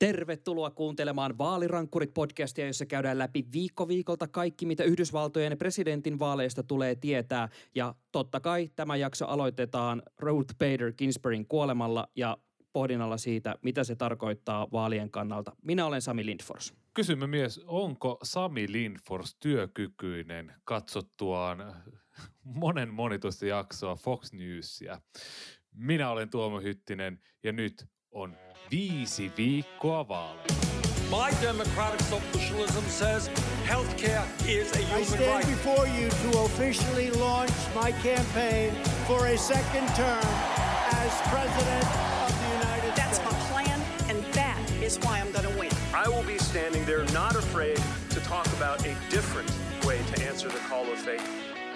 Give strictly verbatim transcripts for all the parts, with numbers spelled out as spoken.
Tervetuloa kuuntelemaan Vaalirankkurit-podcastia, jossa käydään läpi viikko viikolta kaikki, mitä Yhdysvaltojen presidentin vaaleista tulee tietää. Ja totta kai tämä jakso aloitetaan Ruth Bader Ginsburgin kuolemalla ja pohdinnalla siitä, mitä se tarkoittaa vaalien kannalta. Minä olen Sami Lindfors. Kysymme mies, onko Sami Lindfors työkykyinen katsottuaan monen monituista jaksoa Fox Newsia? Minä olen Tuomo Hyttinen ja nyt on viisi viikkoa vaaleja. My democratic socialism says healthcare is a human I stand right. before you to officially launch my campaign for a second term as president of the United That's States. my plan, and that is why I'm going to win. I will be standing there not afraid to talk about a different way to answer the call of faith.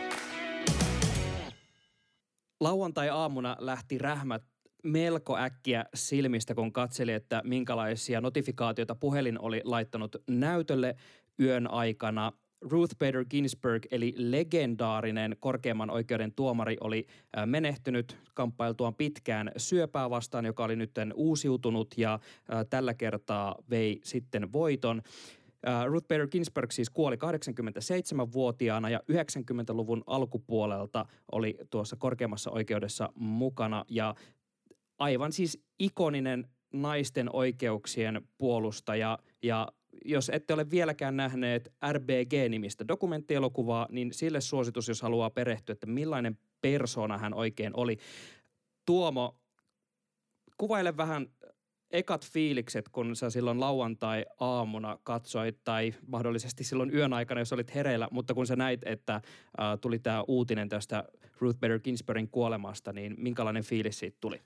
Lauantai-aamuna lähti rähmät melko äkkiä silmistä, kun katseli, että minkälaisia notifikaatioita puhelin oli laittanut näytölle yön aikana. Ruth Bader Ginsburg, eli legendaarinen korkeimman oikeuden tuomari, oli menehtynyt kamppailtuaan pitkään syöpää vastaan, joka oli nyt uusiutunut ja tällä kertaa vei sitten voiton. Ruth Bader Ginsburg siis kuoli kahdeksankymmentäseitsemänvuotiaana ja yhdeksänkymmentäluvun alkupuolelta oli tuossa korkeimmassa oikeudessa mukana ja aivan siis ikoninen naisten oikeuksien puolustaja ja jos ette ole vieläkään nähneet R B G-nimistä dokumenttielokuvaa, niin sille suositus, jos haluaa perehtyä, että millainen persona hän oikein oli. Tuomo, kuvaile vähän ekat fiilikset, kun sä silloin lauantai-aamuna katsoit tai mahdollisesti silloin yön aikana, jos olit hereillä, mutta kun sä näit, että äh, tuli tämä uutinen tästä Ruth Bader Ginsburgin kuolemasta, niin minkälainen fiilis siitä tuli?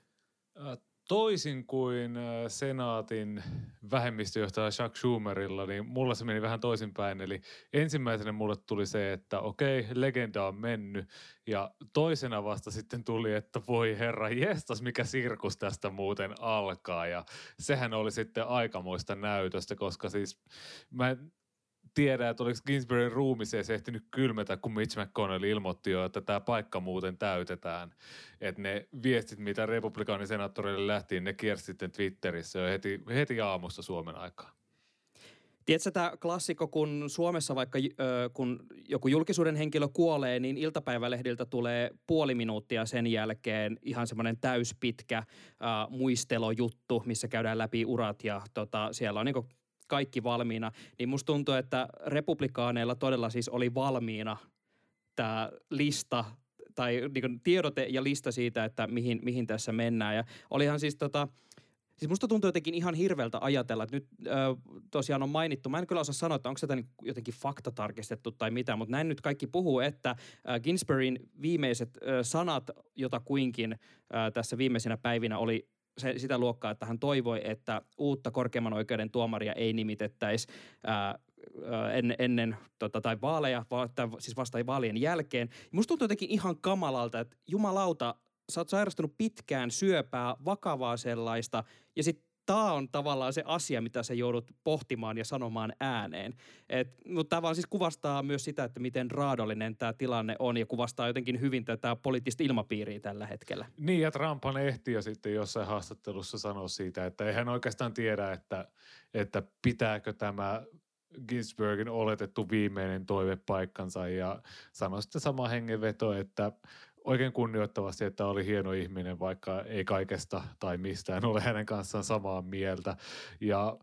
Toisin kuin senaatin vähemmistöjohtaja Chuck Schumerilla, niin mulla se meni vähän toisinpäin. Eli ensimmäisenä mulle tuli se, että okei, legenda on mennyt. Ja toisena vasta sitten tuli, että voi herra jestas, mikä sirkus tästä muuten alkaa. Ja sehän oli sitten aikamoista näytöstä, koska siis mä en tiedä, että oliko Ginsburgin ruumiseen se ehtinyt kylmetä, kun Mitch McConnell ilmoitti jo, että tämä paikka muuten täytetään. Että ne viestit, mitä republikaanisenaattoreille lähti, ne kiersi sitten Twitterissä jo heti, heti aamusta Suomen aikaa. Tiedätkö tämä klassikko, kun Suomessa vaikka ö, kun joku julkisuuden henkilö kuolee, niin iltapäivälehdiltä tulee puoli minuuttia sen jälkeen ihan semmoinen täyspitkä ö, muistelojuttu, missä käydään läpi urat ja tota, siellä on niinku kaikki valmiina, niin musta tuntuu, että republikaaneilla todella siis oli valmiina tämä lista tai niin kuin tiedote ja lista siitä, että mihin, mihin tässä mennään. Ja olihan siis tota, siis musta tuntuu jotenkin ihan hirveältä ajatella, että nyt äh, tosiaan on mainittu, mä en kyllä osaa sanoa, että onko sitä niin jotenkin faktatarkistettu tai mitä, mutta näin nyt kaikki puhuu, että äh, Ginsburgin viimeiset äh, sanat jotakuinkin äh, tässä viimeisinä päivinä oli se, sitä luokkaa, että hän toivoi, että uutta korkeimman oikeuden tuomaria ei nimitettäisi ää, en, ennen tota, tai vaaleja, va, tai siis vasta vaalien jälkeen. Musta tuntuu jotenkin ihan kamalalta, että jumalauta, sä oot sairastunut pitkään syöpää, vakavaa sellaista, ja sitten tämä on tavallaan se asia, mitä sä joudut pohtimaan ja sanomaan ääneen. Mutta tämä vaan siis kuvastaa myös sitä, että miten raadollinen tämä tilanne on ja kuvastaa jotenkin hyvin tätä poliittista ilmapiiriä tällä hetkellä. Niin, ja Trumphan ehti jo sitten jossain haastattelussa sanoa siitä, että ei hän oikeastaan tiedä, että, että pitääkö tämä Ginsburgin oletettu viimeinen toive paikkansa ja sanoi sitten sama hengenveto, että oikein kunnioittavasti, että oli hieno ihminen, vaikka ei kaikesta tai mistään ole hänen kanssaan samaa mieltä. Ja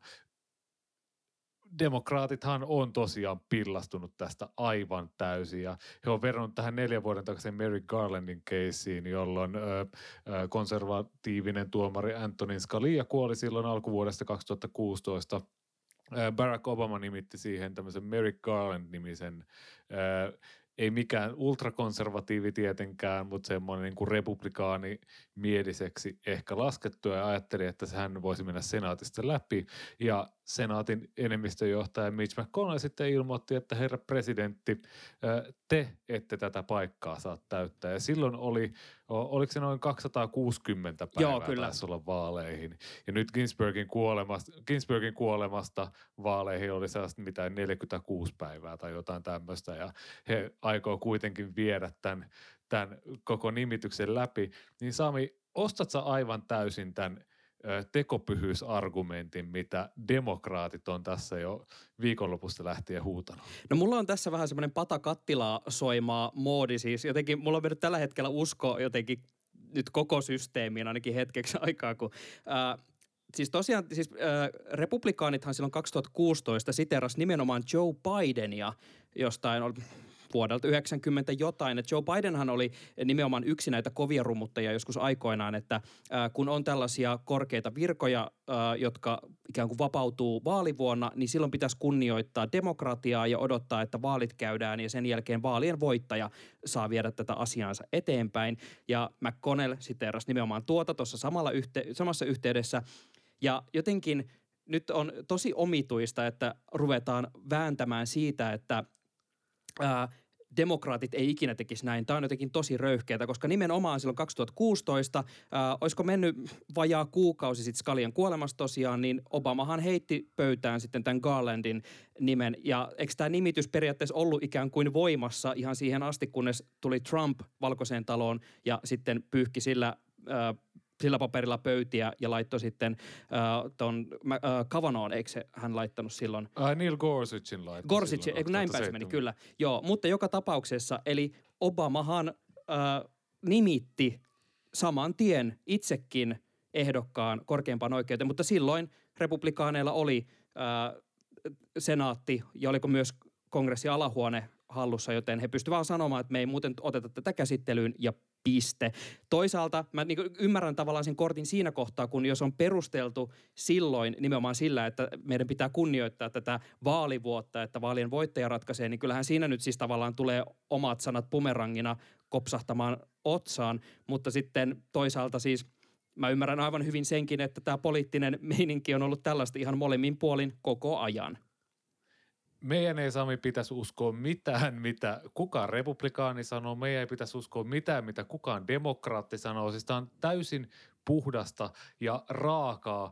demokraatithan on tosiaan pillastunut tästä aivan täysin ja he on verrannut tähän neljän vuoden takaisin Merrick Garlandin keissiin, jolloin ö, ö, konservatiivinen tuomari Antonin Scalia kuoli silloin alkuvuodesta kaksituhattakuusitoista. Barack Obama nimitti siihen tämmöisen Merrick Garland-nimisen, ö, ei mikään ultrakonservatiivi tietenkään, mutta semmoinen niin kuin republikaani mieliseksi ehkä laskettu ja ajatteli, että hän voisi mennä senaatista läpi. Ja senaatin enemmistöjohtaja Mitch McConnell sitten ilmoitti, että herra presidentti, te ette tätä paikkaa saa täyttää. Ja silloin oli, oliko se noin kaksisataakuusikymmentä päivää Joo, kyllä. taisi olla vaaleihin. Ja nyt Ginsburgin kuolemasta, Ginsburgin kuolemasta vaaleihin oli sellaista mitään neljäkymmentäkuusi päivää tai jotain tämmöistä. Ja he aikoo kuitenkin viedä tämän, tämän koko nimityksen läpi. Niin Sami, ostatko sä aivan täysin tämän tekopyhyysargumentin, mitä demokraatit on tässä jo viikonlopusta lähtien huutanut? No mulla on tässä vähän semmoinen pata kattilaa soimaa moodi, siis jotenkin mulla on mennyt tällä hetkellä usko jotenkin nyt koko systeemiin ainakin hetkeksi aikaa, kun äh, siis tosiaan, siis äh, republikaanithan silloin kaksituhattakuusitoista siteeras nimenomaan Joe Bidenia jostain vuodelta yhdeksänkymmentä jotain. Et Joe Bidenhan oli nimenomaan yksi näitä kovia rummuttajia joskus aikoinaan, että äh, kun on tällaisia korkeita virkoja, äh, jotka ikään kuin vapautuu vaalivuonna, niin silloin pitäisi kunnioittaa demokratiaa ja odottaa, että vaalit käydään ja sen jälkeen vaalien voittaja saa viedä tätä asiaansa eteenpäin. Ja McConnell siteerasi nimenomaan tuota tuossa samalla yhte- samassa yhteydessä. Ja jotenkin nyt on tosi omituista, että ruvetaan vääntämään siitä, että ää, demokraatit ei ikinä tekisi näin. Tämä on jotenkin tosi röyhkeätä, koska nimenomaan silloin kaksituhattakuusitoista, ää, olisiko mennyt vajaa kuukausi sitten Scalian kuolemasta tosiaan, niin Obamahan heitti pöytään sitten tämän Garlandin nimen. Ja eikö tämä nimitys periaatteessa ollut ikään kuin voimassa ihan siihen asti, kunnes tuli Trump Valkoiseen taloon ja sitten pyyhki sillä ää, sillä paperilla pöytiä ja laittoi sitten äh, ton äh, Kavanaughn, eikö se hän laittanut silloin? Uh, Neil Gorsuchin laittoi Gorsuch, eikö näin päin se meni, kyllä. Joo, mutta joka tapauksessa, eli Obamahan äh, nimitti saman tien itsekin ehdokkaan korkeimpaan oikeuteen, mutta silloin republikaaneilla oli äh, senaatti ja oliko myös kongressin alahuone hallussa, joten he pystyvät vaan sanomaan, että me ei muuten oteta tätä käsittelyyn ja piste. Toisaalta mä niin ymmärrän tavallaan sen kortin siinä kohtaa, kun jos on perusteltu silloin nimenomaan sillä, että meidän pitää kunnioittaa tätä vaalivuotta, että vaalien voittaja ratkaisee, niin kyllähän siinä nyt siis tavallaan tulee omat sanat bumerangina kopsahtamaan otsaan, mutta sitten toisaalta siis mä ymmärrän aivan hyvin senkin, että tämä poliittinen meininki on ollut tällaista ihan molemmin puolin koko ajan. Meidän ei, Sami, pitäisi uskoa mitään, mitä kukaan republikaani sanoo. Meidän ei pitäisi uskoa mitään, mitä kukaan demokraatti sanoo. Siis tämä on täysin puhdasta ja raakaa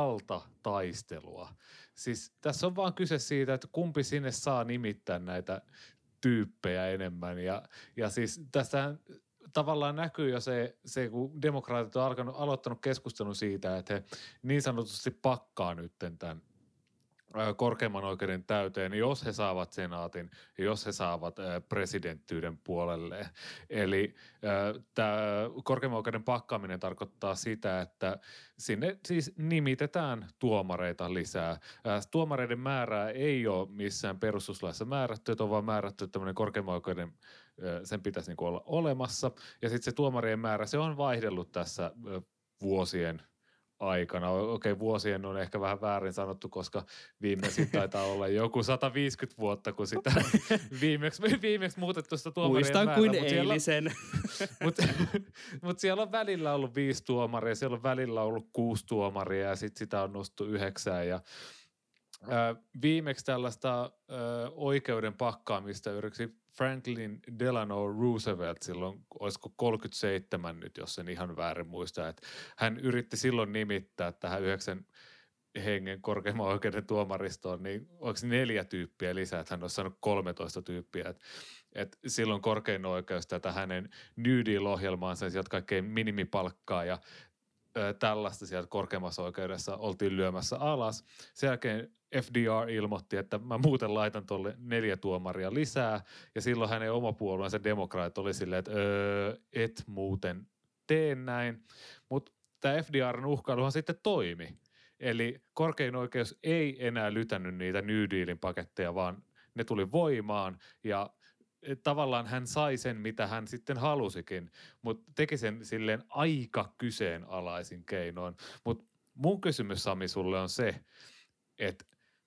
valtataistelua. Siis tässä on vaan kyse siitä, että kumpi sinne saa nimittää näitä tyyppejä enemmän. Ja, ja siis tässä tavallaan näkyy jo se, se, kun demokraatit on alkanut, aloittanut keskustelun siitä, että he niin sanotusti pakkaa nyt tämän korkeimman oikeuden täyteen, jos he saavat senaatin ja jos he saavat presidenttyyden puolelleen. Eli tämä korkeimman oikeuden pakkaaminen tarkoittaa sitä, että sinne siis nimitetään tuomareita lisää. Tuomareiden määrää ei ole missään perustuslaissa määrätty, että on vaan määrätty, että tämmöinen korkeimman oikeuden sen pitäisi niin kuin olla olemassa. Ja sitten se tuomarien määrä, se on vaihdellut tässä vuosien aikana. Okei, okay, vuosien on ehkä vähän väärin sanottu, koska viimeisin taitaa olla joku sata viisikymmentä vuotta, kun sitä viimeksi, viimeksi muutettu sitä tuomarien Muistan määrää. kuin eilisen. Mutta mut siellä on välillä ollut viisi tuomaria, siellä on välillä ollut kuusi tuomaria ja sitten sitä on nostettu yhdeksään. Ja, ää, viimeksi tällaista ää, oikeuden pakkaamista yritti Franklin Delano Roosevelt silloin, olisiko kolmekymmentäseitsemän nyt, jos en ihan väärin muista, että hän yritti silloin nimittää tähän yhdeksän hengen korkeimman oikeuden tuomaristoon, niin oliko neljä tyyppiä lisää, että hän olisi saanut kolmetoista tyyppiä, että et silloin korkein oikeus tätä hänen New Deal-ohjelmaansa, sieltä kaikkein minimipalkkaa ja ö, tällaista sieltä korkeimmassa oikeudessa oltiin lyömässä alas. Sen jälkeen F D R ilmoitti, että mä muuten laitan tuolle neljä tuomaria lisää, ja silloin hänen oma puolueensa demokraat oli silleen, että öö, et muuten tee näin. Mutta tämä F D R:n uhkailuhan sitten toimi. Eli korkein oikeus ei enää lytännyt niitä New Dealin paketteja, vaan ne tuli voimaan, ja tavallaan hän sai sen, mitä hän sitten halusikin, mutta teki sen silleen aika kyseenalaisin keinoin. Mutta mun kysymys, Sami, sulle on se, että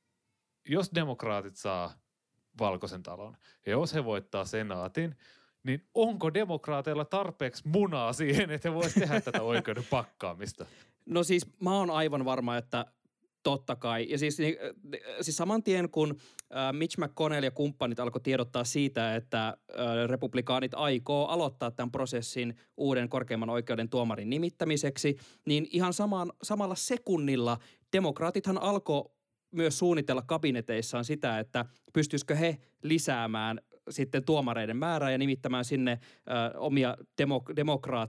jos demokraatit saa Valkoisen talon ja jos he voittaa senaatin, niin onko demokraateilla tarpeeksi munaa siihen, että he voisivat tehdä tätä oikeuden pakkaamista? No siis mä oon aivan varma, että totta kai. Ja siis, siis saman tien, kun Mitch McConnell ja kumppanit alkoi tiedottaa siitä, että republikaanit aikoo aloittaa tämän prosessin uuden korkeimman oikeuden tuomarin nimittämiseksi, niin ihan samaan, samalla sekunnilla demokraatithan alkoi myös suunnitella kabineteissaan sitä, että pystyisikö he lisäämään sitten tuomareiden määrää ja nimittämään sinne ö, omia demok- demokraatti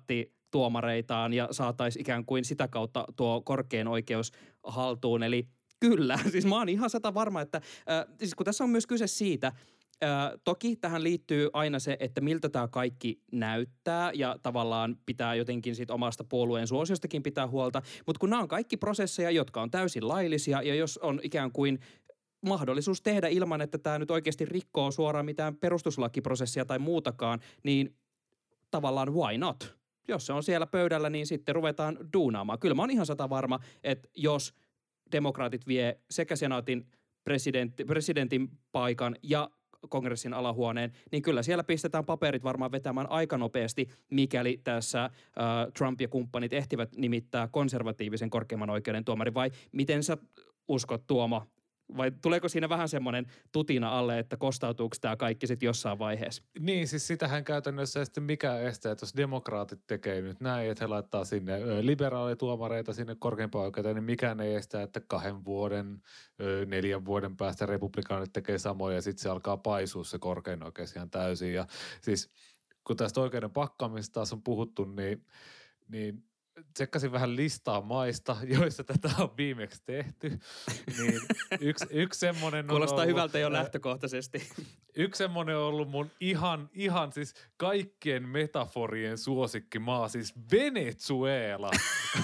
tuomareitaan ja saataisiin ikään kuin sitä kautta tuo korkein oikeus haltuun. Eli kyllä, siis mä oon ihan sata varma, että äh, siis kun tässä on myös kyse siitä, Ö, toki tähän liittyy aina se, että miltä tämä kaikki näyttää ja tavallaan pitää jotenkin siitä omasta puolueen suosiostakin pitää huolta, mutta kun nämä on kaikki prosesseja, jotka on täysin laillisia ja jos on ikään kuin mahdollisuus tehdä ilman, että tämä nyt oikeasti rikkoo suoraan mitään perustuslakiprosessia tai muutakaan, niin tavallaan why not? Jos se on siellä pöydällä, niin sitten ruvetaan duunaamaan. Kyllä mä oon ihan sata varma, että jos demokraatit vie sekä senaatin presidentti, presidentin paikan ja kongressin alahuoneen, niin kyllä siellä pistetään paperit varmaan vetämään aika nopeasti, mikäli tässä äh, Trump ja kumppanit ehtivät nimittää konservatiivisen korkeimman oikeuden tuomari. Vai miten sä uskot, Tuomo? Vai tuleeko siinä vähän semmoinen tutina alle, että kostautuuko tämä kaikki sitten jossain vaiheessa? Niin, siis sitähän käytännössä ei sitten mikään estää, että jos demokraatit tekee nyt näin, että he laittaa sinne liberaalituomareita sinne korkeimpaan oikeuteen, niin mikään ei estää, että kahden vuoden, neljän vuoden päästä republikaanit tekee samoja ja sitten se alkaa paisua se korkein oikeus ihan täysin. Ja siis kun tästä oikeuden pakkaamista taas on puhuttu, niin, niin tsekkasin vähän listaa maista, joissa tätä on viimeksi tehty, niin yksi, yksi semmoinen on Kuulostaa ollut, hyvältä jo lähtökohtaisesti. Yksi semmoinen on ollut mun ihan, ihan siis kaikkien metaforien suosikkimaa, siis Venezuela.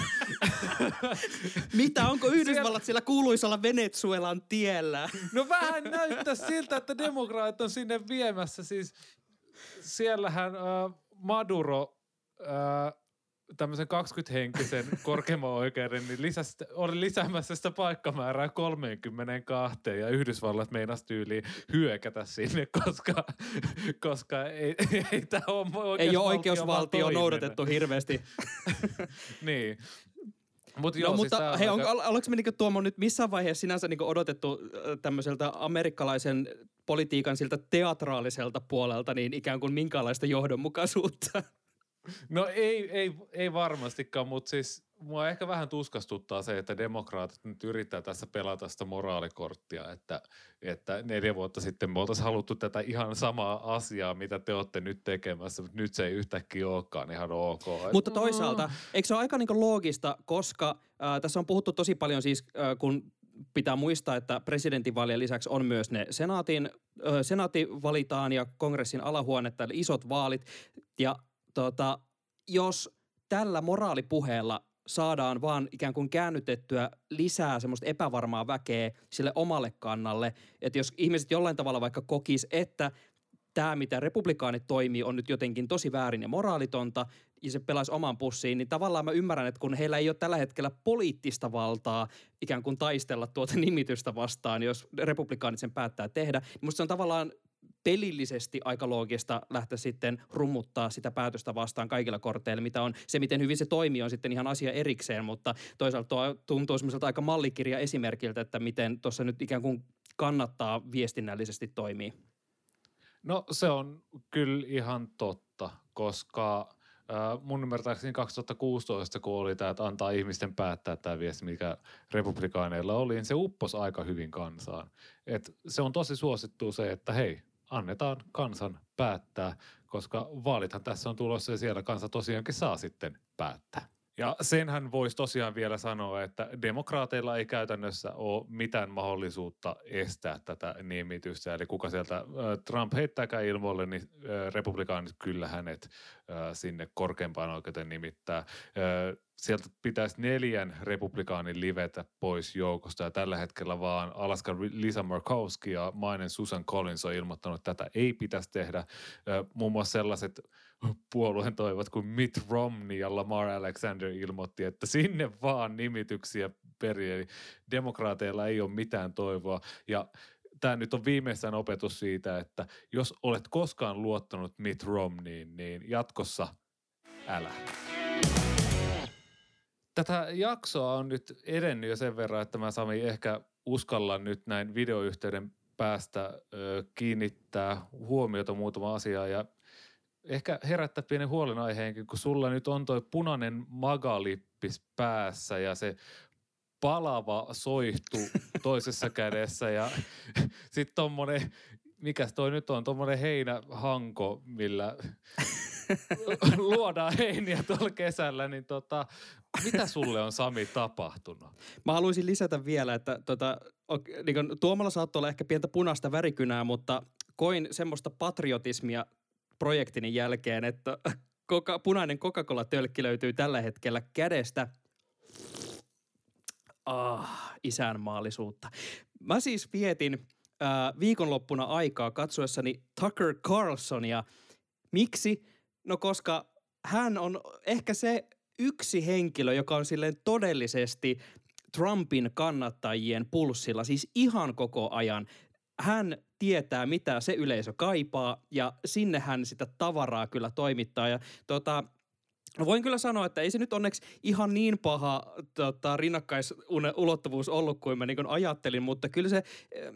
Mitä, onko Yhdysvallat sillä kuuluisalla Venezuelan tiellä? No vähän näyttää siltä, että demokraatit on sinne viemässä, siis siellähän äh, Maduro äh, tämmöisen kaksikymmentä-henkisen korkeimman oikeuden, niin lisäsi, oli lisäämässä sitä paikkamäärää kolmekymmentäkaksi ja Yhdysvallat meinasi tyyliin hyökätä sinne, koska, koska ei, ei tämä ole oikeusvaltio. Ei ole oikeusvaltio noudatettu hirveästi. Niin. Mut no, joo, mutta siis hei, aika... on, oliko me niinku Tuomo nyt missään vaiheessa sinänsä niinku odotettu tämmöiseltä amerikkalaisen politiikan siltä teatraaliselta puolelta niin ikään kuin minkäänlaista johdonmukaisuutta? No ei, ei, ei varmastikaan, mutta siis mua ehkä vähän tuskastuttaa se, että demokraatit nyt yrittää tässä pelata sitä moraalikorttia, että, että neljä vuotta sitten me oltaisiin haluttu tätä ihan samaa asiaa, mitä te olette nyt tekemässä, mutta nyt se ei yhtäkkiä olekaan ihan ok. Mutta toisaalta, eikö se ole aika niinku loogista, koska äh, tässä on puhuttu tosi paljon siis, äh, kun pitää muistaa, että presidentinvaalien lisäksi on myös ne senaatin, äh, senaatti valitaan ja kongressin alahuonetta, eli isot vaalit, ja Tota, jos tällä moraalipuheella saadaan vaan ikään kuin käännytettyä lisää semmoista epävarmaa väkeä sille omalle kannalle, että jos ihmiset jollain tavalla vaikka kokis, että tämä, mitä republikaanit toimii, on nyt jotenkin tosi väärin ja moraalitonta, ja se pelaisi oman pussiin, niin tavallaan mä ymmärrän, että kun heillä ei ole tällä hetkellä poliittista valtaa ikään kuin taistella tuota nimitystä vastaan, jos republikaanit sen päättää tehdä, niin musta se on tavallaan pelillisesti aika loogista lähteä sitten rummuttaa sitä päätöstä vastaan kaikilla korteilla, mitä on. Se, miten hyvin se toimii, on sitten ihan asia erikseen, mutta toisaalta tuo tuntuu semmoiselta aika mallikirja esimerkiltä, että miten tuossa nyt ikään kuin kannattaa viestinnällisesti toimia. No se on kyllä ihan totta, koska äh, mun ymmärtääkseni kaksituhattakuusitoista, kun oli tämä, että antaa ihmisten päättää tämä viesti, mikä republikaaneilla oli, niin se upposi aika hyvin kansaan. Et se on tosi suosittu se, että hei, annetaan kansan päättää, koska vaalithan tässä on tulossa ja siellä kansa tosiaankin saa sitten päättää. Ja senhän voisi tosiaan vielä sanoa, että demokraateilla ei käytännössä ole mitään mahdollisuutta estää tätä nimitystä. Eli kuka sieltä Trump heittääkään ilmoille, niin republikaanit kyllä hänet sinne korkeimpaan oikeuteen nimittää. Sieltä pitäisi neljän republikaanin livetä pois joukosta ja tällä hetkellä vaan Alaska Lisa Murkowski ja mainen Susan Collins on ilmoittanut, että tätä ei pitäisi tehdä. Muun muassa sellaiset puolueen toivot kuin Mitt Romney ja Lamar Alexander ilmoitti, että sinne vaan nimityksiä perin. Eli demokraateilla ei ole mitään toivoa ja tämä nyt on viimeistään opetus siitä, että jos olet koskaan luottanut Mitt Romneyin, niin jatkossa älä. Tätä jaksoa on nyt edennyt jo sen verran, että mä Sami ehkä uskallan nyt näin videoyhteyden päästä ö, kiinnittää huomiota muutama asiaa ja ehkä herättää pienen huolenaiheenkin, kun sulla nyt on toi punainen magalippis päässä ja se palava soihtu toisessa kädessä ja sitten tommonen, mikäs toi nyt on, tommonen heinähanko, millä luodaan heiniä tuolla kesällä, niin tota, mitä sulle on, Sami, tapahtunut? Mä haluaisin lisätä vielä, että tota, niin kuin, Tuomalla saattoi olla ehkä pientä punaista värikynää, mutta koin semmoista patriotismia projektini jälkeen, että koka, punainen Coca-Cola-tölkki löytyy tällä hetkellä kädestä. Ah, isänmaallisuutta. Mä siis vietin äh, viikonloppuna aikaa katsoessani Tucker Carlsonia. Miksi? No koska hän on ehkä se yksi henkilö, joka on silleen todellisesti Trumpin kannattajien pulssilla, siis ihan koko ajan. Hän tietää, mitä se yleisö kaipaa ja sinne hän sitä tavaraa kyllä toimittaa. Ja tota, no voin kyllä sanoa, että ei se nyt onneksi ihan niin paha tota, rinnakkaisulottuvuus ollut kuin mä niin kuin ajattelin, mutta kyllä se,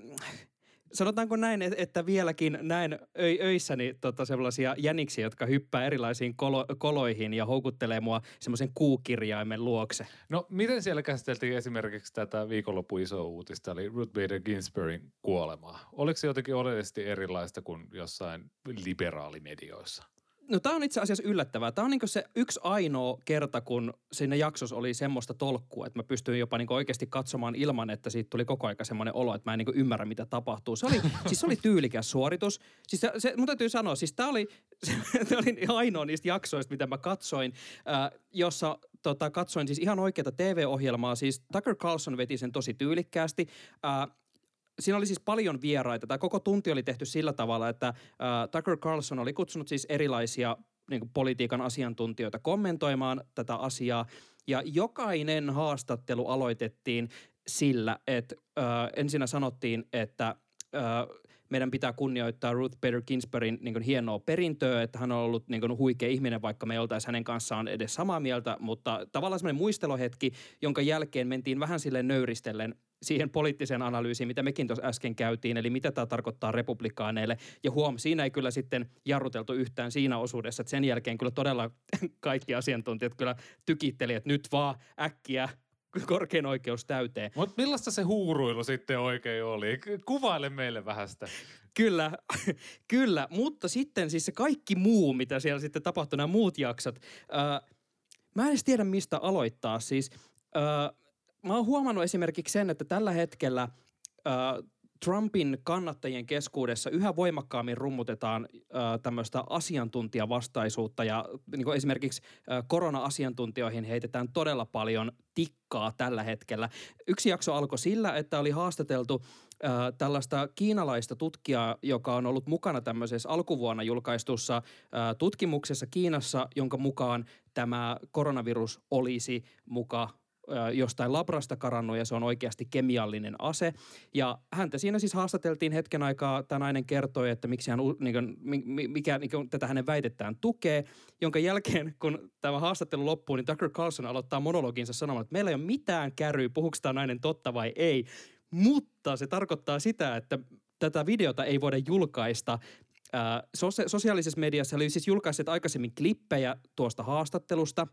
sanotaanko näin, että vieläkin näin öissäni tota, sellaisia jäniksiä, jotka hyppää erilaisiin kolo, koloihin ja houkuttelee mua semmoisen kuukirjaimen luokse. No miten siellä käsiteltiin esimerkiksi tätä viikonlopun isoa uutista, eli Ruth Bader Ginsburgin kuolemaa? Oliko se jotenkin oleellisesti erilaista kuin jossain liberaalimedioissa? No tämä on itse asiassa yllättävää. Tämä on niinku se yksi ainoa kerta, kun siinä jaksossa oli semmoista tolkkua, että mä pystyin jopa niinku oikeasti katsomaan ilman, että siitä tuli koko aika semmoinen olo, että mä en niinku ymmärrä, mitä tapahtuu. Se oli, siis se oli tyylikäs suoritus. Siis se, se, mun täytyy sanoa, siis tämä oli, se, oli ainoa niistä jaksoista, mitä mä katsoin, äh, jossa tota, katsoin siis ihan oikeata T V-ohjelmaa. Siis Tucker Carlson veti sen tosi tyylikkäästi. Äh, Siinä oli siis paljon vieraita. Tämä koko tunti oli tehty sillä tavalla, että äh, Tucker Carlson oli kutsunut siis erilaisia niin kuin politiikan asiantuntijoita kommentoimaan tätä asiaa. Ja jokainen haastattelu aloitettiin sillä, että äh, ensinnä sanottiin, että äh, meidän pitää kunnioittaa Ruth Bader Ginsburgin niin kuin hienoa perintöä, että hän on ollut niin kuin huikea ihminen, vaikka me ei oltaisi hänen kanssaan edes samaa mieltä, mutta tavallaan semmoinen muistelohetki, jonka jälkeen mentiin vähän silleen nöyristellen siihen poliittiseen analyysiin, mitä mekin tuossa äsken käytiin, eli mitä tämä tarkoittaa republikaaneille. Ja huom, siinä ei kyllä sitten jarruteltu yhtään siinä osuudessa, että sen jälkeen kyllä todella kaikki asiantuntijat kyllä tykitteli, että nyt vaan äkkiä korkein oikeus täyteen. Mutta millaista se huuruilu sitten oikein oli? Kuvaile meille vähän sitä. Kyllä, kyllä, mutta sitten siis se kaikki muu, mitä siellä sitten tapahtui, nämä muut jaksot, ää, mä en edes tiedä mistä aloittaa. Siis ää, mä oon huomannut esimerkiksi sen, että tällä hetkellä ää, Trumpin kannattajien keskuudessa yhä voimakkaammin rummutetaan äh, tämmöistä asiantuntijavastaisuutta ja niin kuin esimerkiksi äh, korona-asiantuntijoihin heitetään todella paljon tikkaa tällä hetkellä. Yksi jakso alkoi sillä, että oli haastateltu äh, tällaista kiinalaista tutkijaa, joka on ollut mukana tämmöisessä alkuvuonna julkaistussa äh, tutkimuksessa Kiinassa, jonka mukaan tämä koronavirus olisi muka jostain labrasta karannut ja se on oikeasti kemiallinen ase. Ja häntä siinä siis haastateltiin hetken aikaa. Tämä nainen kertoi, että miksi hän, niin kuin, mikä niin kuin, tätä hänen väitettään tukee, jonka jälkeen, kun tämä haastattelu loppuu, niin Tucker Carlson aloittaa monologinsa sanomaan, että meillä ei ole mitään käryä, puhuuko tämä nainen totta vai ei. Mutta se tarkoittaa sitä, että tätä videota ei voida julkaista. Ää, sosia- sosiaalisessa mediassa oli siis julkaisseet aikaisemmin klippejä tuosta haastattelusta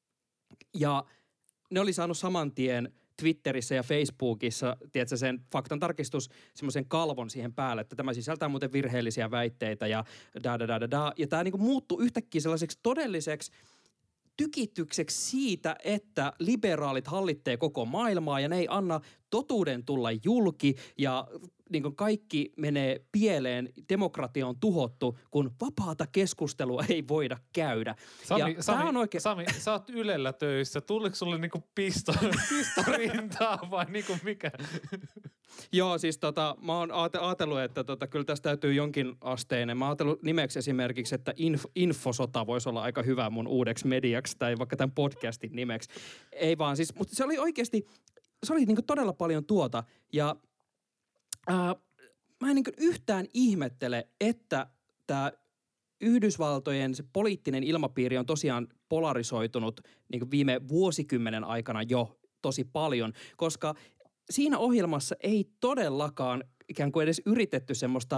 ja ne oli saanut saman tien Twitterissä ja Facebookissa, tiedätkö, sen faktan tarkistus, semmoisen kalvon siihen päälle, että tämä sisältää muuten virheellisiä väitteitä ja da da da da da. Ja tämä niinku muuttui yhtäkkiä sellaiseksi todelliseksi tykitykseksi siitä, että liberaalit hallitsee koko maailmaa ja ne ei anna totuuden tulla julki ja niin kuin kaikki menee pieleen, demokratia on tuhottu, kun vapaata keskustelua ei voida käydä. Sami, ja Sami, on oikein... Sami, sä oot Ylellä töissä. Tuliko sulle niinku pisto, pistorintaa vai niinku mikä? Joo, siis tota, mä oon ajatellut, että tota, kyllä tästä täytyy jonkin asteinen. Mä oon ajatellut nimeksi esimerkiksi, että inf, infosota voisi olla aika hyvä mun uudeksi mediaksi tai vaikka tämän podcastin nimeksi. Ei vaan siis, mutta se oli oikeasti, se oli niinku todella paljon tuota ja ää, mä en niinku yhtään ihmettele, että tämä Yhdysvaltojen se poliittinen ilmapiiri on tosiaan polarisoitunut niinku viime vuosikymmenen aikana jo tosi paljon, koska siinä ohjelmassa ei todellakaan ikään kuin edes yritetty semmoista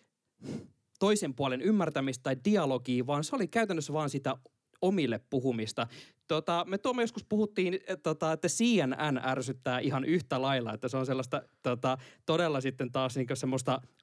toisen puolen ymmärtämistä tai dialogia, vaan se oli käytännössä vaan sitä omille puhumista. Tota, me tuomme joskus puhuttiin, tota, että C N N ärsyttää ihan yhtä lailla, että se on sellaista tota, todella sitten taas niin semmoista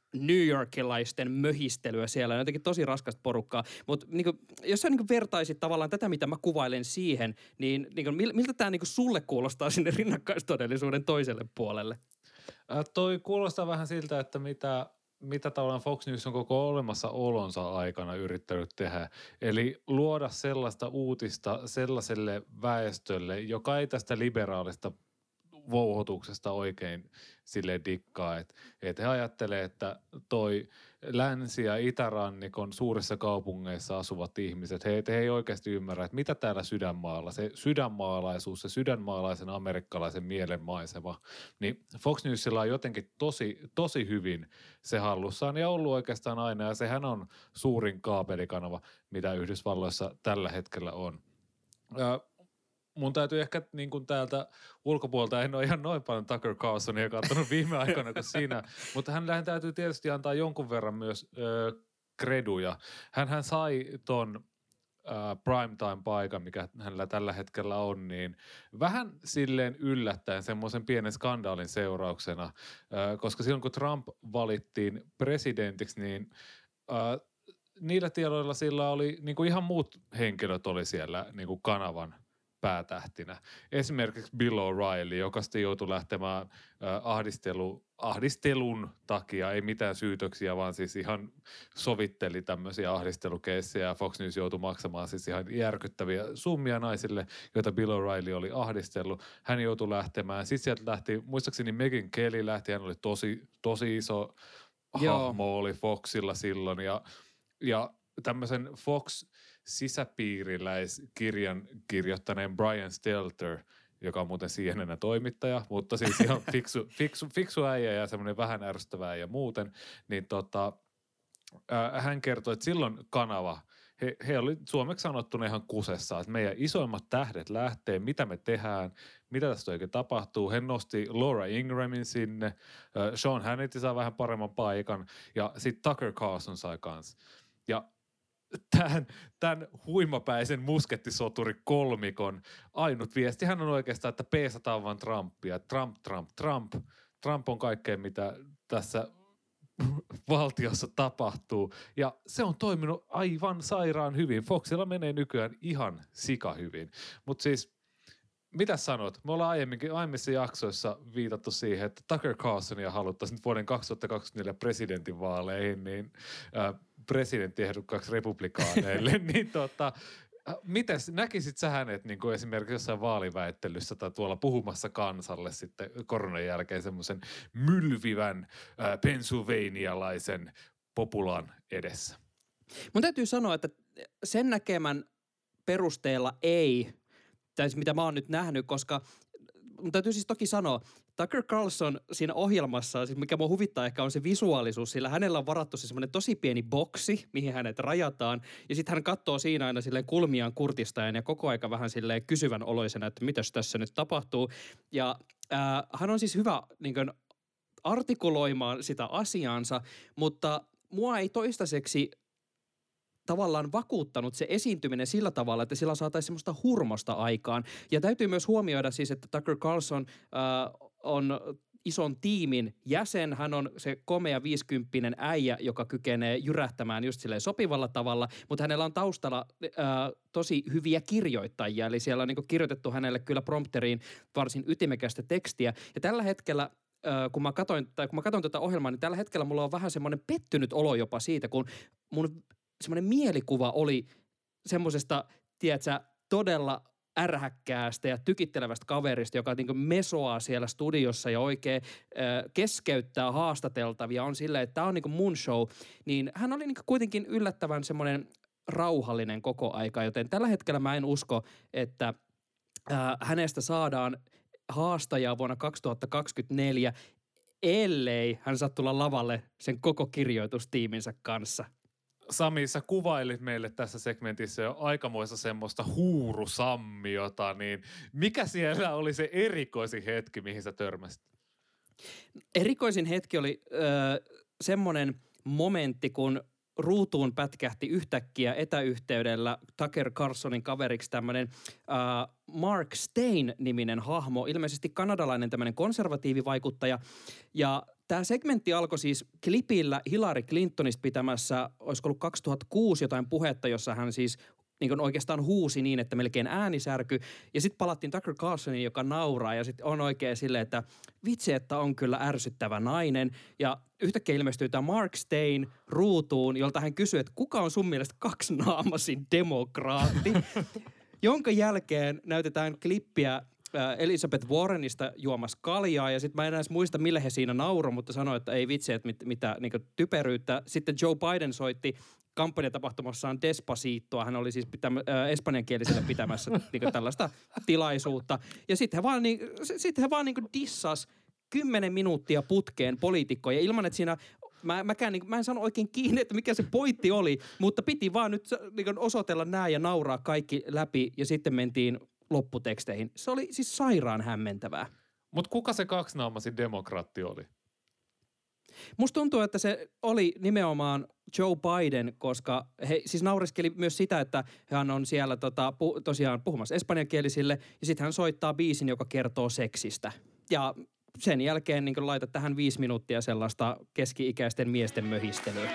New Yorkilaisten möhistelyä siellä. On jotenkin tosi raskasta porukkaa. Mutta niinku, jos sä niinku vertaisit tavallaan tätä, mitä mä kuvailen siihen, niin niinku, miltä tämä niinku sulle kuulostaa sinne rinnakkaistodellisuuden toiselle puolelle? Äh, toi kuulostaa vähän siltä, että mitä, mitä tavallaan Fox News on koko olemassaolonsa aikana yrittänyt tehdä. Eli luoda sellaista uutista sellaiselle väestölle, joka ei tästä liberaalista vouhotuksesta oikein silleen dikkaa, että et he ajattelee, että toi länsi- ja itärannikon suurissa kaupungeissa asuvat ihmiset, he, he ei oikeasti ymmärrä, että mitä täällä sydänmaalla, se sydänmaalaisuus, se sydänmaalaisen amerikkalaisen mielenmaisema, niin Fox Newsilla on jotenkin tosi, tosi hyvin se hallussaan ja ollut oikeastaan aina, ja sehän on suurin kaapelikanava, mitä Yhdysvalloissa tällä hetkellä on. Ja mun täytyy ehkä niin kuin täältä ulkopuolelta, en ole ihan noin paljon Tucker Carlsonia katsonut viime aikoina kuin siinä, mutta hänellä täytyy tietysti antaa jonkun verran myös ö, kreduja. Hänhän sai ton ö, primetime-paikan, mikä hänellä tällä hetkellä on, niin vähän silleen yllättäen semmoisen pienen skandaalin seurauksena, ö, koska silloin kun Trump valittiin presidentiksi, niin ö, niillä tiedoilla sillä oli, niin kuin ihan muut henkilöt oli siellä niin kuin kanavan päätähtinä. Esimerkiksi Bill O'Reilly, joka sitten joutui lähtemään äh, ahdistelu, ahdistelun takia, ei mitään syytöksiä, vaan siis ihan sovitteli tämmöisiä ahdistelukeissejä ja Fox News joutui maksamaan siis ihan järkyttäviä summia naisille, joita Bill O'Reilly oli ahdistellut. Hän joutui lähtemään. Sitten sieltä lähti, muistaakseni Megyn Kelly lähti, hän oli tosi, tosi iso Joo. hahmo, oli Foxilla silloin ja, ja tämmöisen Fox sisäpiiriläiskirjan kirjoittaneen Brian Stelter, joka on muuten C N N:n toimittaja, mutta siis ihan fiksu, fiksu, fiksu äijä ja semmoinen vähän ärsyttävä ja muuten, niin tota, ää, hän kertoi, että silloin kanava, he, he oli suomeksi sanottuna ihan kusessa, että meidän isoimmat tähdet lähtee, mitä me tehdään, mitä tästä oikein tapahtuu. He nosti Laura Ingramin sinne, ää, Sean Hannity saa vähän paremman paikan ja sitten Tucker Carlson sai kanssa. Ja Tämän, tämän huimapäisen muskettisoturi kolmikon ainut viestihän on oikeastaan, että peesataan vaan Trumpia. Trump, Trump, Trump. Trump on kaikkea, mitä tässä valtiossa tapahtuu. Ja se on toiminut aivan sairaan hyvin. Foxilla menee nykyään ihan sika hyvin. Mutta siis, mitä sanot? Me ollaan aiemminkin, aiemmissa jaksoissa viitattu siihen, että Tucker Carlsonia haluttaisiin vuoden kaksituhattakaksikymmentäneljä presidentinvaaleihin, niin äh, presidenttiehdokkaaksi republikaaneille, niin tota, mites, näkisit sä hänet niin kuin esimerkiksi jossain vaaliväittelyssä tai tuolla puhumassa kansalle sitten koronan jälkeen semmoisen mylvivän äh, pennsylvanialaisen populaan edessä? Mun täytyy sanoa, että sen näkemän perusteella ei, tai mitä mä oon nyt nähnyt, koska mun täytyy siis toki sanoa, Tucker Carlson siinä ohjelmassa, siis mikä mua huvittaa ehkä on se visuaalisuus, sillä hänellä on varattu se semmoinen tosi pieni boksi, mihin hänet rajataan, ja sitten hän katsoo siinä aina silleen kulmiaan kurtistajan ja koko aika vähän silleen kysyvän oloisena, että mitäs tässä nyt tapahtuu. Ja äh, hän on siis hyvä niin kuin artikuloimaan sitä asiaansa, mutta mua ei toistaiseksi tavallaan vakuuttanut se esiintyminen sillä tavalla, että sillä saataisiin semmoista hurmosta aikaan. Ja täytyy myös huomioida siis, että Tucker Carlson äh, on ison tiimin jäsen. Hän on se komea viisikymppinen äijä, joka kykenee jyrähtämään just silleen sopivalla tavalla, mutta hänellä on taustalla äh, tosi hyviä kirjoittajia. Eli siellä on niin kuin kirjoitettu hänelle kyllä prompteriin varsin ytimekästä tekstiä. Ja tällä hetkellä kun mä katoin, tai kun mä katoin tätä ohjelmaa, niin tällä hetkellä mulla on vähän semmoinen pettynyt olo jopa siitä, kun mun semmoinen mielikuva oli semmoisesta, tiedätkö, todella ärhäkkäästä ja tykittelevästä kaverista, joka niin kuin mesoaa siellä studiossa ja oikein äh, keskeyttää haastateltavia, on silleen, että tämä on niin kuin mun show, niin hän oli niin kuin kuitenkin yllättävän semmoinen rauhallinen koko aika, joten tällä hetkellä mä en usko, että äh, hänestä saadaan haastajaa vuonna kaksituhattakaksikymmentäneljä, ellei hän saa tulla lavalle sen koko kirjoitustiiminsä kanssa. Sami, sä kuvailit meille tässä segmentissä jo aikamoista semmoista huurusammiota, niin mikä siellä oli se erikoisin hetki, mihin sä törmäsit? Erikoisin hetki oli äh, semmoinen momentti, kun ruutuun pätkähti yhtäkkiä etäyhteydellä Tucker Carlsonin kaveriksi tämmöinen äh, Mark Steyn-niminen hahmo, ilmeisesti kanadalainen tämmöinen konservatiivivaikuttaja. Ja Tämä segmentti alkoi siis klipillä Hillary Clintonista pitämässä, olisiko ollut kaksituhattakuusi jotain puhetta, jossa hän siis niin kuin oikeastaan huusi niin, että melkein äänisärky. Ja sitten palattiin Tucker Carlsoniin, joka nauraa ja sitten on oikein silleen, että vitsi, että on kyllä ärsyttävä nainen. Ja yhtäkkiä ilmestyy tämä Mark Stein ruutuun, jolta hän kysyy, että kuka on sun mielestä kaksinaamaisin demokraatti? Jonka jälkeen näytetään klippiä Elizabeth Warrenista juomassa kaljaa, ja sitten mä en edes muista, millä he siinä nauroi, mutta sanoi, että ei vitsi, että mit, mitä niin kuin typeryyttä. Sitten Joe Biden soitti kampanjatapahtumassaan Despacitoa. Hän oli siis pitämä, äh, espanjankieliselle pitämässä niin kuin tällaista tilaisuutta. Ja sitten he vaan, niin, sit he vaan niin kuin dissas kymmenen minuuttia putkeen poliitikkoja ilman, että siinä Mä, mäkään, niin, mä en sano oikein kiinni, että mikä se pointti oli, mutta piti vaan nyt niin osoitella nää ja nauraa kaikki läpi ja sitten mentiin lopputeksteihin. Se oli siis sairaan hämmentävää. Mutta kuka se kaksinaamaisin demokraatti oli? Musta tuntuu, että se oli nimenomaan Joe Biden, koska he siis naureskeli myös sitä, että hän on siellä tota, pu, tosiaan puhumassa espanjankielisille ja sitten hän soittaa biisin, joka kertoo seksistä. Ja sen jälkeen niin laitat tähän viisi minuuttia sellaista keski-ikäisten miesten möhistelyä.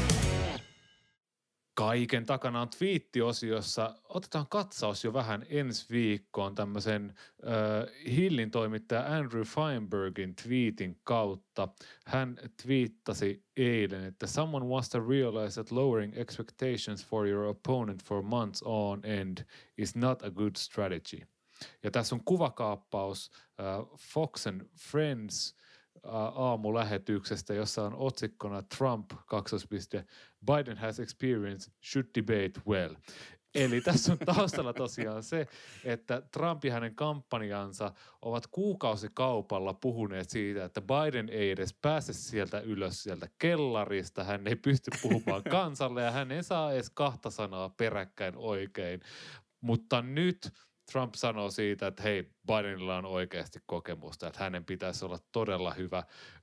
Kaiken takana on twiittiosiossa. Otetaan katsaus jo vähän ensi viikkoon tämmöisen äh, Hillin toimittaja Andrew Feinbergin tweetin kautta. Hän twiittasi eilen, että someone wants to realize that lowering expectations for your opponent for months on end is not a good strategy. Ja tässä on kuvakaappaus uh, Fox and Friends uh, aamulähetyksestä, jossa on otsikkona Trump, kaksoispiste, Biden has experience, should debate well. Eli tässä on taustalla tosiaan se, että Trump ja hänen kampanjansa ovat kuukausikaupalla puhuneet siitä, että Biden ei edes pääse sieltä ylös sieltä kellarista, hän ei pysty puhumaan kansalle ja hän ei saa edes kahta sanaa peräkkäin oikein. Mutta nyt Trump sanoo siitä, että hei, Bidenilla on oikeasti kokemusta, että hänen pitäisi olla todella hyvä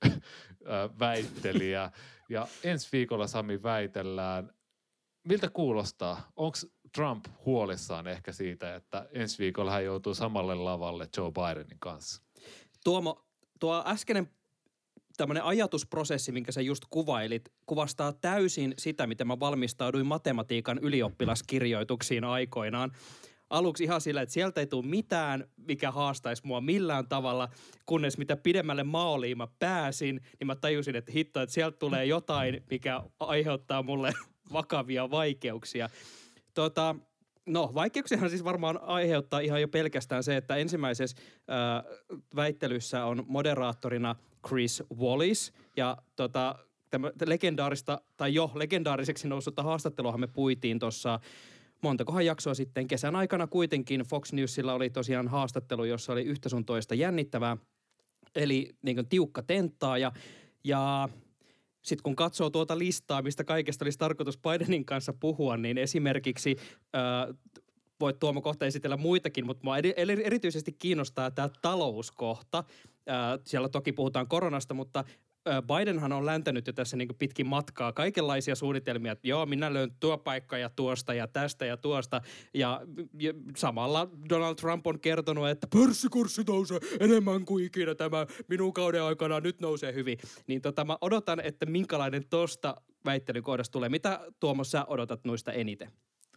väittelijä. Ja ensi viikolla, Sami, väitellään. Miltä kuulostaa? Onko Trump huolissaan ehkä siitä, että ensi viikolla hän joutuu samalle lavalle Joe Bidenin kanssa? Tuomo, tuo äskeinen tämmöinen ajatusprosessi, minkä sä just kuvailit, kuvastaa täysin sitä, miten mä valmistauduin matematiikan ylioppilaskirjoituksiin aikoinaan. Aluksi ihan sillä, että sieltä ei tule mitään, mikä haastaisi mua millään tavalla, kunnes mitä pidemmälle maaliin mä pääsin, niin mä tajusin, että hitto, että sieltä tulee jotain, mikä aiheuttaa mulle vakavia vaikeuksia. Tota, no, vaikeuksiahan siis varmaan aiheuttaa ihan jo pelkästään se, että ensimmäisessä äh, väittelyssä on moderaattorina Chris Wallace, ja tota, legendaarista, tai jo legendaariseksi noussutta haastatteluahan me puitiin tuossa montakohan jaksoa sitten kesän aikana kuitenkin. Fox Newsilla oli tosiaan haastattelu, jossa oli yhtä sun toista jännittävää, eli niin kuin tiukka tenttaaja. Ja, ja sitten kun katsoo tuota listaa, mistä kaikesta olisi tarkoitus Bidenin kanssa puhua, niin esimerkiksi äh, voit Tuomo kohta esitellä muitakin, mutta mua erityisesti kiinnostaa tämä talouskohta. Äh, siellä toki puhutaan koronasta, mutta Bidenhan on läntänyt jo tässä niin kuin pitkin matkaa kaikenlaisia suunnitelmia, että joo, minä löyn tuo paikka ja tuosta ja tästä ja tuosta. Ja, ja samalla Donald Trump on kertonut, että pörssikurssi nousee enemmän kuin ikinä tämä minun kauden aikana nyt nousee hyvin. Niin tota, mä odotan, että minkälainen tosta väittelykohdasta tulee. Mitä Tuomo sä odotat noista eniten?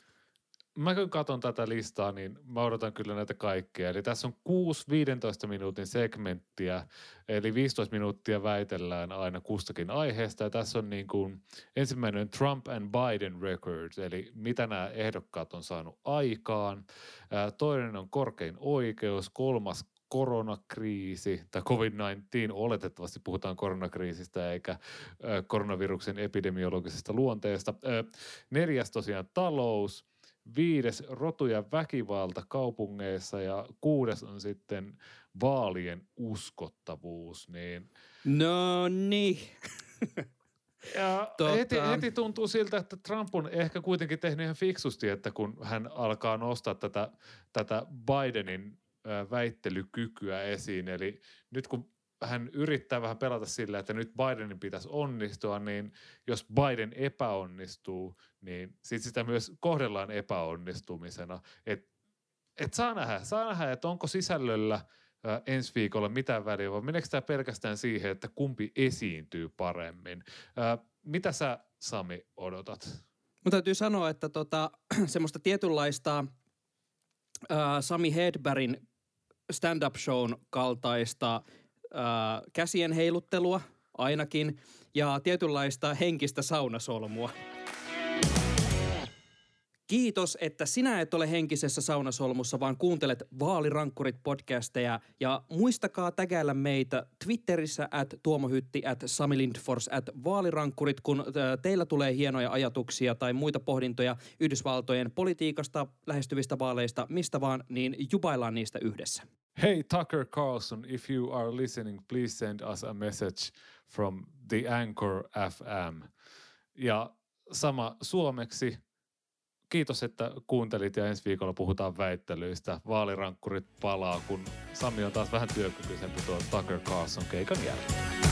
Mä kun katson tätä listaa, niin mä odotan kyllä näitä kaikkea. Eli tässä on kuusi viidentoista minuutin segmenttiä, eli viisitoista minuuttia väitellään aina kustakin aiheesta. Ja tässä on niin kuin ensimmäinen Trump and Biden records, eli mitä nämä ehdokkaat on saanut aikaan. Toinen on korkein oikeus, kolmas koronakriisi tai covid yhdeksäntoista, oletettavasti puhutaan koronakriisistä eikä koronaviruksen epidemiologisesta luonteesta. Neljäs tosiaan talous. Viides rotu ja väkivalta kaupungeissa ja kuudes on sitten vaalien uskottavuus. Niin no niin. Ja tota... heti, heti tuntuu siltä, että Trump on ehkä kuitenkin tehnyt ihan fiksusti, että kun hän alkaa nostaa tätä, tätä Bidenin äh, väittelykykyä esiin. Eli nyt kun hän yrittää vähän pelata sillä, että nyt Bidenin pitäisi onnistua, niin jos Biden epäonnistuu, niin sit sitä myös kohdellaan epäonnistumisena. Et, et saa nähdä, saa nähdä, että onko sisällöllä ää, ensi viikolla mitään väliä, vai meneekö tämä pelkästään siihen, että kumpi esiintyy paremmin? Ää, mitä sä, Sami, odotat? Mun täytyy sanoa, että tota, semmoista tietynlaista ää, Sami Hedbergin stand-up shown kaltaista ää, käsien heiluttelua ainakin ja tietynlaista henkistä saunasolmua. Kiitos, että sinä et ole henkisessä saunasolmussa, vaan kuuntelet Vaalirankkurit-podcasteja. Ja muistakaa tägäillä meitä Twitterissä at tuomohytti, at Sami Lindfors, at Vaalirankkurit, kun teillä tulee hienoja ajatuksia tai muita pohdintoja Yhdysvaltojen politiikasta, lähestyvistä vaaleista, mistä vaan, niin jubaillaan niistä yhdessä. Hey Tucker Carlson, if you are listening, please send us a message from the Anchor F M. Ja sama suomeksi. Kiitos, että kuuntelit ja ensi viikolla puhutaan väittelyistä. Vaalirankkurit palaa, kun Sami on taas vähän työkykyisempi tuon Tucker Carlson keikan jälkeen.